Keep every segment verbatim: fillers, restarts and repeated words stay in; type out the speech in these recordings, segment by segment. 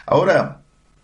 Ahora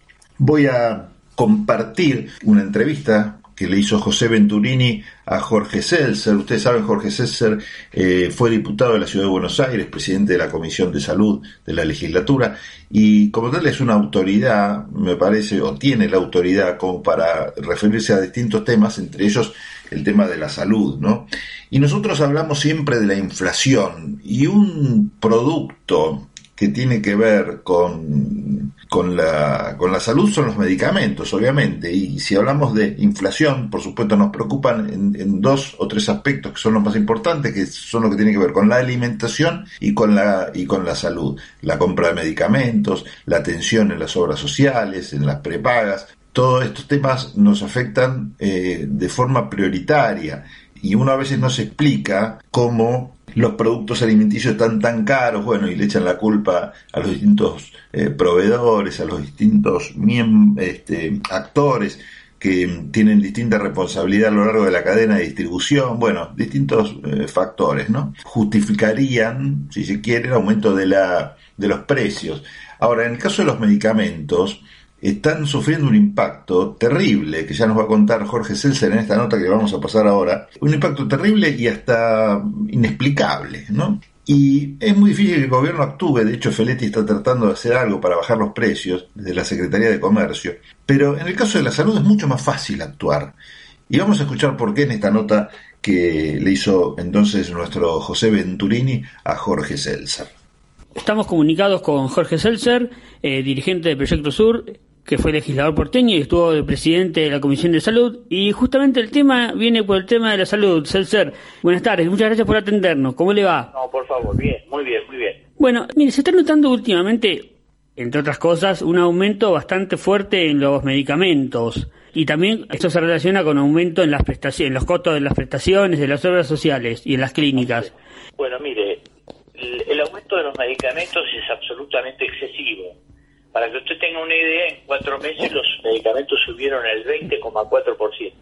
voy a compartir una entrevista que le hizo José Venturini a Jorge Seltzer. Ustedes saben, Jorge Seltzer eh, fue diputado de la Ciudad de Buenos Aires, presidente de la Comisión de Salud de la legislatura, y como tal es una autoridad, me parece, o tiene la autoridad como para referirse a distintos temas, entre ellos el tema de la salud, ¿no? Y nosotros hablamos siempre de la inflación, y un producto que tiene que ver con, con, la, con la salud son los medicamentos, obviamente, y si hablamos de inflación, por supuesto nos preocupan en, en dos o tres aspectos que son los más importantes, que son los que tienen que ver con la alimentación y con la, y con la salud, la compra de medicamentos, la atención en las obras sociales, en las prepagas. Todos estos temas nos afectan eh, de forma prioritaria, y uno a veces no se explica cómo los productos alimenticios están tan caros, bueno, y le echan la culpa a los distintos eh, proveedores, a los distintos miem- este, actores que tienen distinta responsabilidad a lo largo de la cadena de distribución, bueno, distintos eh, factores, ¿no? Justificarían, si se quiere, el aumento de la de los precios. Ahora, en el caso de los medicamentos, están sufriendo un impacto terrible, que ya nos va a contar Jorge Seltzer en esta nota que vamos a pasar ahora, un impacto terrible y hasta inexplicable, ¿no? Y es muy difícil que el gobierno actúe. De hecho, Feletti está tratando de hacer algo para bajar los precios desde la Secretaría de Comercio, pero en el caso de la salud es mucho más fácil actuar. Y vamos a escuchar por qué en esta nota que le hizo entonces nuestro José Venturini a Jorge Seltzer. Estamos comunicados con Jorge Seltzer, eh, dirigente de Proyecto Sur, que fue legislador porteño y estuvo de presidente de la Comisión de Salud, y justamente el tema viene por el tema de la salud. Seltzer, buenas tardes, muchas gracias por atendernos, ¿cómo le va? No, por favor, bien, muy bien, muy bien. Bueno, mire, se está notando últimamente, entre otras cosas, un aumento bastante fuerte en los medicamentos, y también esto se relaciona con aumento en las prestaciones, en los costos de las prestaciones, de las obras sociales y en las clínicas. Bueno, mire, el, el aumento de los medicamentos es absolutamente excesivo. Para que usted tenga una idea, en cuatro meses los medicamentos subieron el veinte coma cuatro por ciento.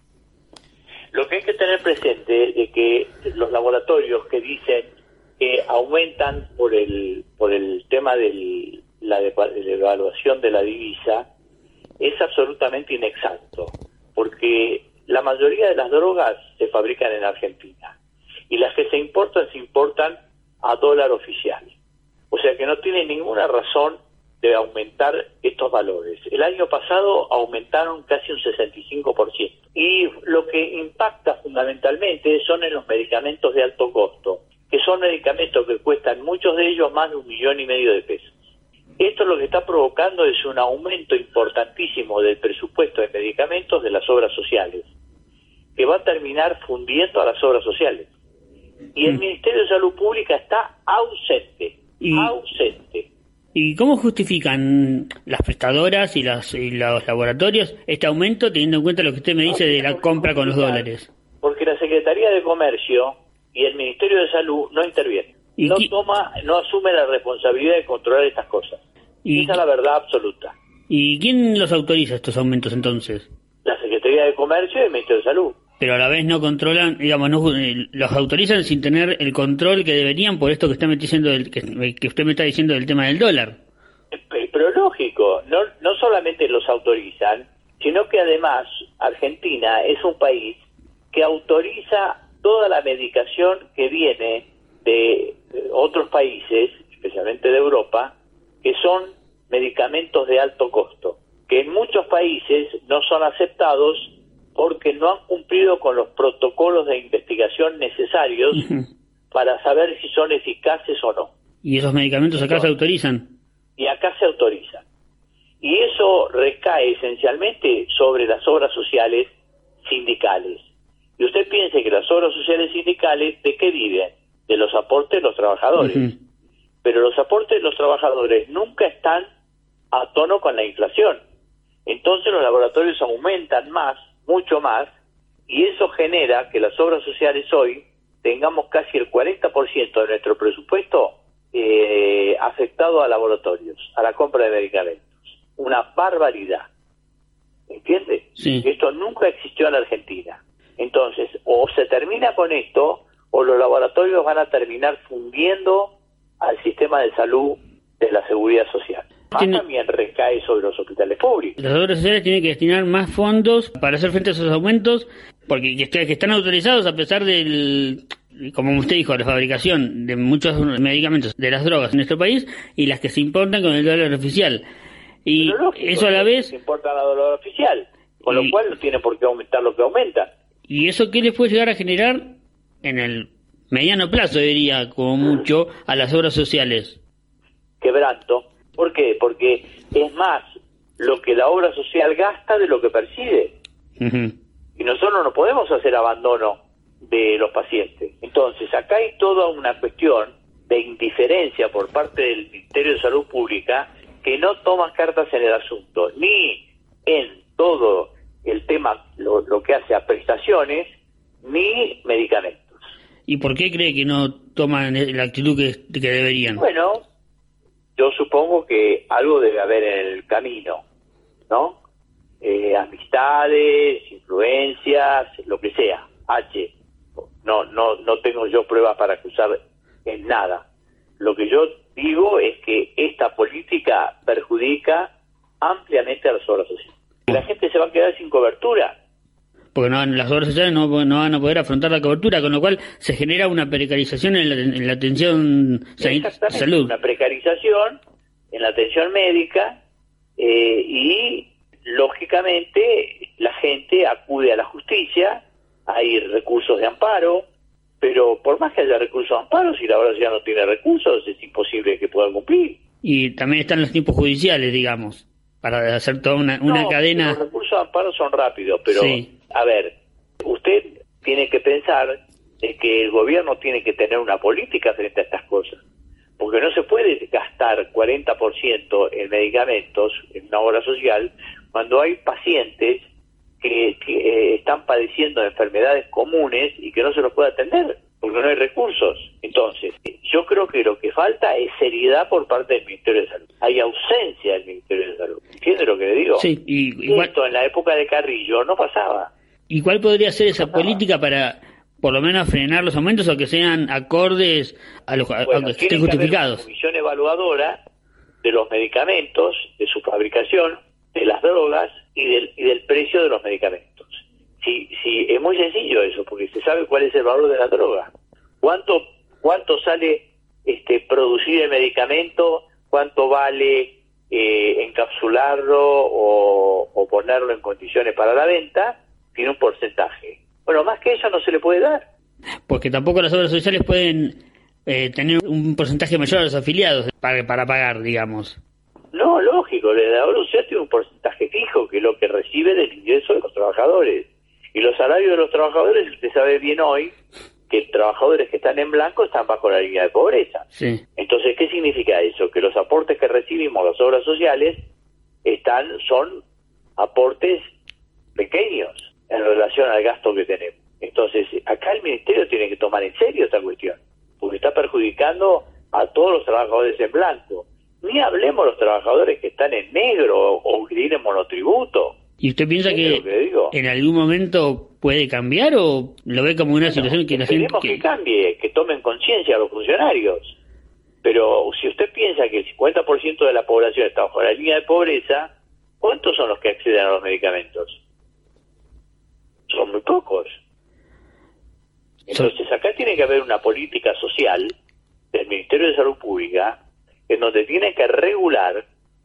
Lo que hay que tener presente es que los laboratorios que dicen que aumentan por el por el tema de la, de la evaluación de la divisa es absolutamente inexacto, porque la mayoría de las drogas se fabrican en Argentina y las que se importan se importan a dólar oficial. O sea que no tiene ninguna razón de aumentar estos valores. El año pasado aumentaron casi un sesenta y cinco por ciento. Y lo que impacta fundamentalmente son en los medicamentos de alto costo, que son medicamentos que cuestan muchos de ellos más de un millón y medio de pesos. Esto lo que está provocando es un aumento importantísimo del presupuesto de medicamentos de las obras sociales, que va a terminar fundiendo a las obras sociales. Y el Ministerio de Salud Pública está ausente, y... ausente. ¿Y cómo justifican las prestadoras y, las, y los laboratorios este aumento, teniendo en cuenta lo que usted me dice de la compra con los dólares? Porque la Secretaría de Comercio y el Ministerio de Salud no intervienen. No qui- toma, no asume la responsabilidad de controlar estas cosas. Y, Esa es la verdad absoluta. ¿Y quién los autoriza estos aumentos entonces? La Secretaría de Comercio y el Ministerio de Salud. Pero a la vez no controlan, digamos, no eh, los autorizan sin tener el control que deberían por esto que está diciendo del, que, que usted me está diciendo del tema del dólar. Pero lógico, no, no solamente los autorizan, sino que además Argentina es un país que autoriza toda la medicación que viene de otros países, especialmente de Europa, que son medicamentos de alto costo, que en muchos países no son aceptados porque no han cumplido con los protocolos de investigación necesarios uh-huh. para saber si son eficaces o no. ¿Y esos medicamentos acá no. se autorizan? Y acá se autorizan. Y eso recae esencialmente sobre las obras sociales sindicales. Y usted piense que las obras sociales sindicales, ¿de qué viven? De los aportes de los trabajadores. Uh-huh. Pero los aportes de los trabajadores nunca están a tono con la inflación. Entonces los laboratorios aumentan más, mucho más, y eso genera que las obras sociales hoy tengamos casi el cuarenta por ciento de nuestro presupuesto eh, afectado a laboratorios, a la compra de medicamentos. Una barbaridad. ¿Entiende? Sí. Esto nunca existió en la Argentina. Entonces, o se termina con esto, o los laboratorios van a terminar fundiendo al sistema de salud de la seguridad social. Tiene... también recae sobre los hospitales públicos. Las obras sociales tienen que destinar más fondos para hacer frente a esos aumentos, porque que están autorizados a pesar del, como usted dijo, la fabricación de muchos medicamentos, de las drogas en nuestro país, y las que se importan con el dólar oficial. Y lógico, eso a la vez... Se importa la dólar oficial, con y... lo cual no tiene por qué aumentar lo que aumenta. ¿Y eso qué les puede llegar a generar en el mediano plazo, diría, como mucho, a las obras sociales? Quebranto. ¿Por qué? Porque es más lo que la obra social gasta de lo que percibe. Uh-huh. Y nosotros no podemos hacer abandono de los pacientes. Entonces, acá hay toda una cuestión de indiferencia por parte del Ministerio de Salud Pública, que no toman cartas en el asunto, ni en todo el tema, lo, lo que hace a prestaciones, ni medicamentos. ¿Y por qué cree que no toman la actitud que, que deberían? Bueno, yo supongo que algo debe haber en el camino, ¿no? Eh, amistades, influencias, lo que sea, H. No, no, no tengo yo pruebas para acusar en nada. Lo que yo digo es que esta política perjudica ampliamente a las obras sociales. La gente se va a quedar sin cobertura. Porque no, las obras sociales no, no van a poder afrontar la cobertura, con lo cual se genera una precarización en la, en la atención de salud. Una precarización en la atención médica eh, y, lógicamente, la gente acude a la justicia, hay recursos de amparo, pero por más que haya recursos de amparo, si la obra social no tiene recursos, es imposible que puedan cumplir. Y también están los tiempos judiciales, digamos, para hacer toda una, una no, cadena... Los recursos de amparo son rápidos, pero... Sí. A ver, usted tiene que pensar de que el gobierno tiene que tener una política frente a estas cosas, porque no se puede gastar cuarenta por ciento en medicamentos en una obra social cuando hay pacientes que, que eh, están padeciendo de enfermedades comunes y que no se los puede atender, porque no hay recursos. Entonces, yo creo que lo que falta es seriedad por parte del Ministerio de Salud. Hay ausencia del Ministerio de Salud. ¿Entiende lo que le digo? Sí. Y igual... Esto en la época de Carrillo no pasaba. ¿Y cuál podría ser esa política para, por lo menos, frenar los aumentos o que sean acordes a los bueno, a que estén justificados? Una comisión evaluadora de los medicamentos, de su fabricación, de las drogas y del, y del precio de los medicamentos. Sí, sí, es muy sencillo eso, porque se sabe cuál es el valor de la droga. ¿Cuánto, cuánto sale este producir el medicamento? ¿Cuánto vale eh, encapsularlo o, o ponerlo en condiciones para la venta? Tiene un porcentaje. Bueno, más que eso no se le puede dar. Porque tampoco las obras sociales pueden eh, tener un porcentaje mayor a los afiliados para, para pagar, digamos. No, lógico, la obra social tiene un porcentaje fijo, que es lo que recibe del ingreso de los trabajadores. Y los salarios de los trabajadores, usted sabe bien hoy, que trabajadores que están en blanco están bajo la línea de pobreza. Sí. Entonces, ¿qué significa eso? Que los aportes que recibimos las obras sociales están son aportes pequeños en relación al gasto que tenemos. Entonces, acá el Ministerio tiene que tomar en serio esta cuestión, porque está perjudicando a todos los trabajadores en blanco. Ni hablemos de los trabajadores que están en negro o, o que tienen monotributo. ¿Y usted piensa que, que en algún momento puede cambiar o lo ve como una bueno, situación que la gente... Queremos que... que cambie, que tomen conciencia a los funcionarios. Pero si usted piensa que el cincuenta por ciento de la población está bajo la línea de pobreza, ¿cuántos son los que acceden a los medicamentos? Son muy pocos. Entonces acá tiene que haber una política social del Ministerio de Salud Pública en donde tiene que regular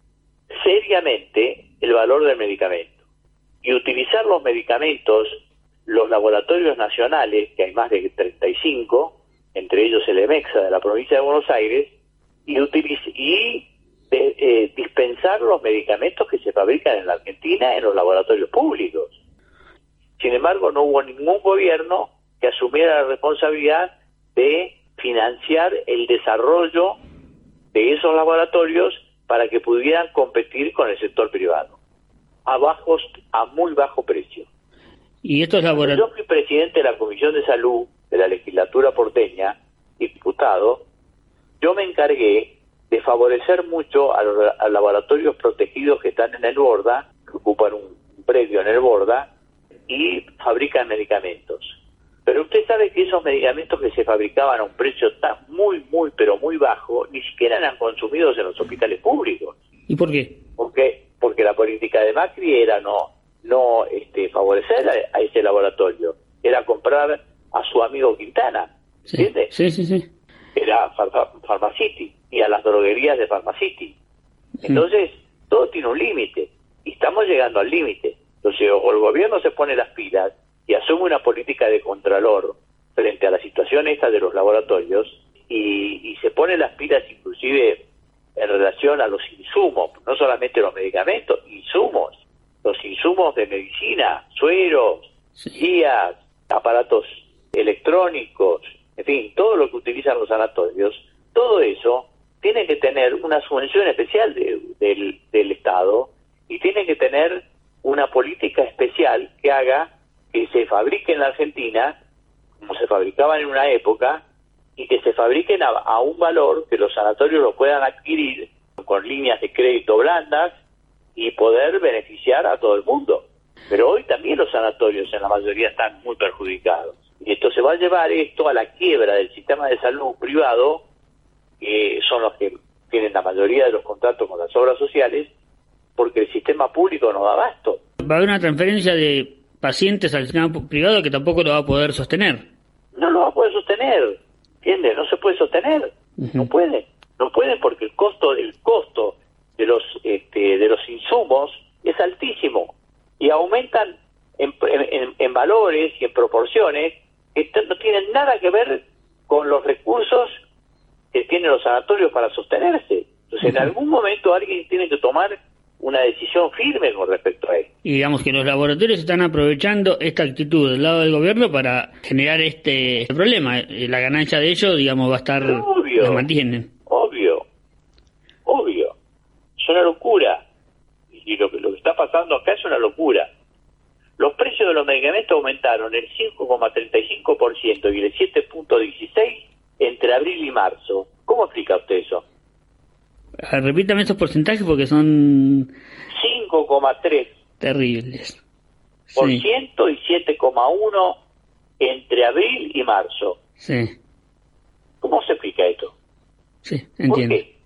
seriamente el valor del medicamento y utilizar los medicamentos, los laboratorios nacionales, que hay más de treinta y cinco, entre ellos el EMEXA de la provincia de Buenos Aires, y, utiliz- y de, eh, dispensar los medicamentos que se fabrican en la Argentina en los laboratorios públicos. Sin embargo, no hubo ningún gobierno que asumiera la responsabilidad de financiar el desarrollo de esos laboratorios para que pudieran competir con el sector privado a bajos, a muy bajo precio. Y estos laboratorios... Yo fui presidente de la Comisión de Salud de la legislatura porteña, diputado, yo me encargué de favorecer mucho a los a laboratorios protegidos que están en el Borda, que ocupan un, un predio en el Borda, y fabrican medicamentos. Pero usted sabe que esos medicamentos que se fabricaban a un precio tan muy, muy, pero muy bajo, ni siquiera eran consumidos en los hospitales públicos. ¿Y por qué? Porque, porque la política de Macri era no, no este, favorecer a, a ese laboratorio, era comprar a su amigo Quintana, Sí, ¿entiendes? sí, sí, sí. Era Pharmacity y a las droguerías de Pharmacity. Entonces, mm. todo tiene un límite y estamos llegando al límite. Entonces, o el gobierno se pone las pilas y asume una política de contralor frente a la situación esta de los laboratorios y, y se pone las pilas inclusive en relación a los insumos, no solamente los medicamentos, insumos, los insumos de medicina, sueros, sí. guías, aparatos electrónicos, en fin, todo lo que utilizan los sanatorios, todo eso tiene que tener una subvención especial de, del, del Estado y tiene que tener una política especial que haga que se fabrique en la Argentina, como se fabricaban en una época, y que se fabriquen a, a un valor que los sanatorios lo puedan adquirir con líneas de crédito blandas y poder beneficiar a todo el mundo. Pero hoy también los sanatorios en la mayoría están muy perjudicados. Y esto se va a llevar esto a la quiebra del sistema de salud privado, que son los que tienen la mayoría de los contratos con las obras sociales, porque el sistema público no da abasto. Va a haber una transferencia de pacientes al sistema privado que tampoco lo va a poder sostener. No lo va a poder sostener, ¿entiendes? No se puede sostener, uh-huh. no puede, no puede porque el costo, el costo de los, este, de los insumos es altísimo y aumentan en, en, en valores y en proporciones que no tienen nada que ver con los recursos que tienen los sanatorios para sostenerse. Entonces, uh-huh. en algún momento alguien tiene que tomar una decisión firme con respecto a esto. Y digamos que los laboratorios están aprovechando esta actitud del lado del gobierno para generar este problema. La ganancia de ellos, digamos, va a estar... Obvio, los mantienen. Obvio, obvio. Es una locura. Y lo que, lo que está pasando acá es una locura. Los precios de los medicamentos aumentaron el cinco coma treinta y cinco por ciento y el siete coma dieciséis por ciento entre abril y marzo. ¿Cómo explica usted eso? Repítame esos porcentajes porque son... cinco coma tres terribles. Por Sí. ciento y siete coma uno entre abril y marzo. Sí. ¿Cómo se explica esto? Sí, entiendo. ¿Por qué?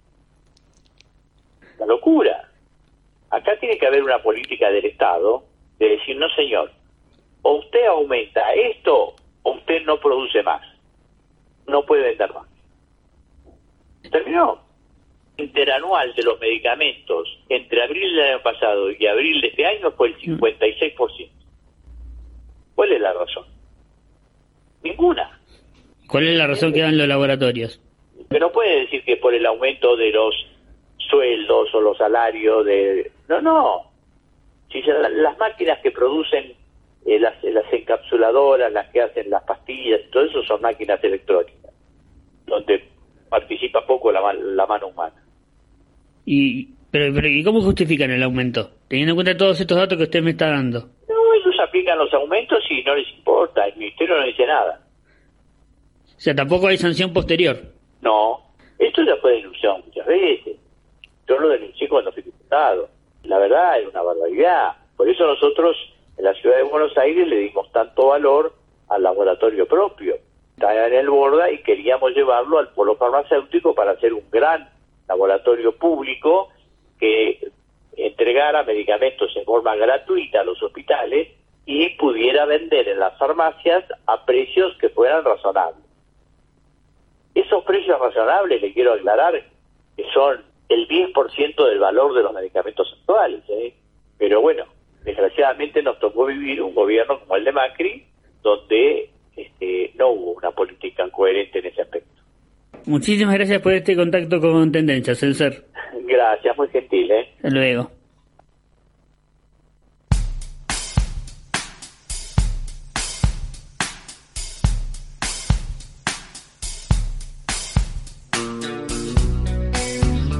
La locura. Acá tiene que haber una política del Estado de decir, no señor, o usted aumenta esto o usted no produce más. No puede vender más. ¿Terminó? Interanual de los medicamentos entre abril del año pasado y abril de este año fue el cincuenta y seis por ciento. ¿Cuál es la razón? Ninguna. ¿Cuál es la razón que dan los laboratorios? Que no puede decir que por el aumento de los sueldos o los salarios de... No, no. Si se, las máquinas que producen eh, las, las encapsuladoras, las que hacen las pastillas, todo eso son máquinas electrónicas, donde participa poco la, la mano humana. Y pero, pero ¿y cómo justifican el aumento? Teniendo en cuenta todos estos datos que usted me está dando. No, ellos aplican los aumentos y no les importa, el ministerio no dice nada. O sea, tampoco hay sanción posterior. No, esto ya fue denunciado muchas veces. Yo lo denuncié cuando fui diputado. La verdad es una barbaridad. Por eso nosotros en la ciudad de Buenos Aires le dimos tanto valor al laboratorio propio. Estaba en el Borda y queríamos llevarlo al polo farmacéutico para hacer un gran laboratorio público que entregara medicamentos en forma gratuita a los hospitales y pudiera vender en las farmacias a precios que fueran razonables. Esos precios razonables, le quiero aclarar, que son el diez por ciento del valor de los medicamentos actuales, ¿eh? Pero bueno, desgraciadamente nos tocó vivir un gobierno como el de Macri, donde este, no hubo una política coherente en ese aspecto. Muchísimas gracias por este contacto con Tendencias, Celser. Gracias, muy gentil, ¿eh? Hasta luego.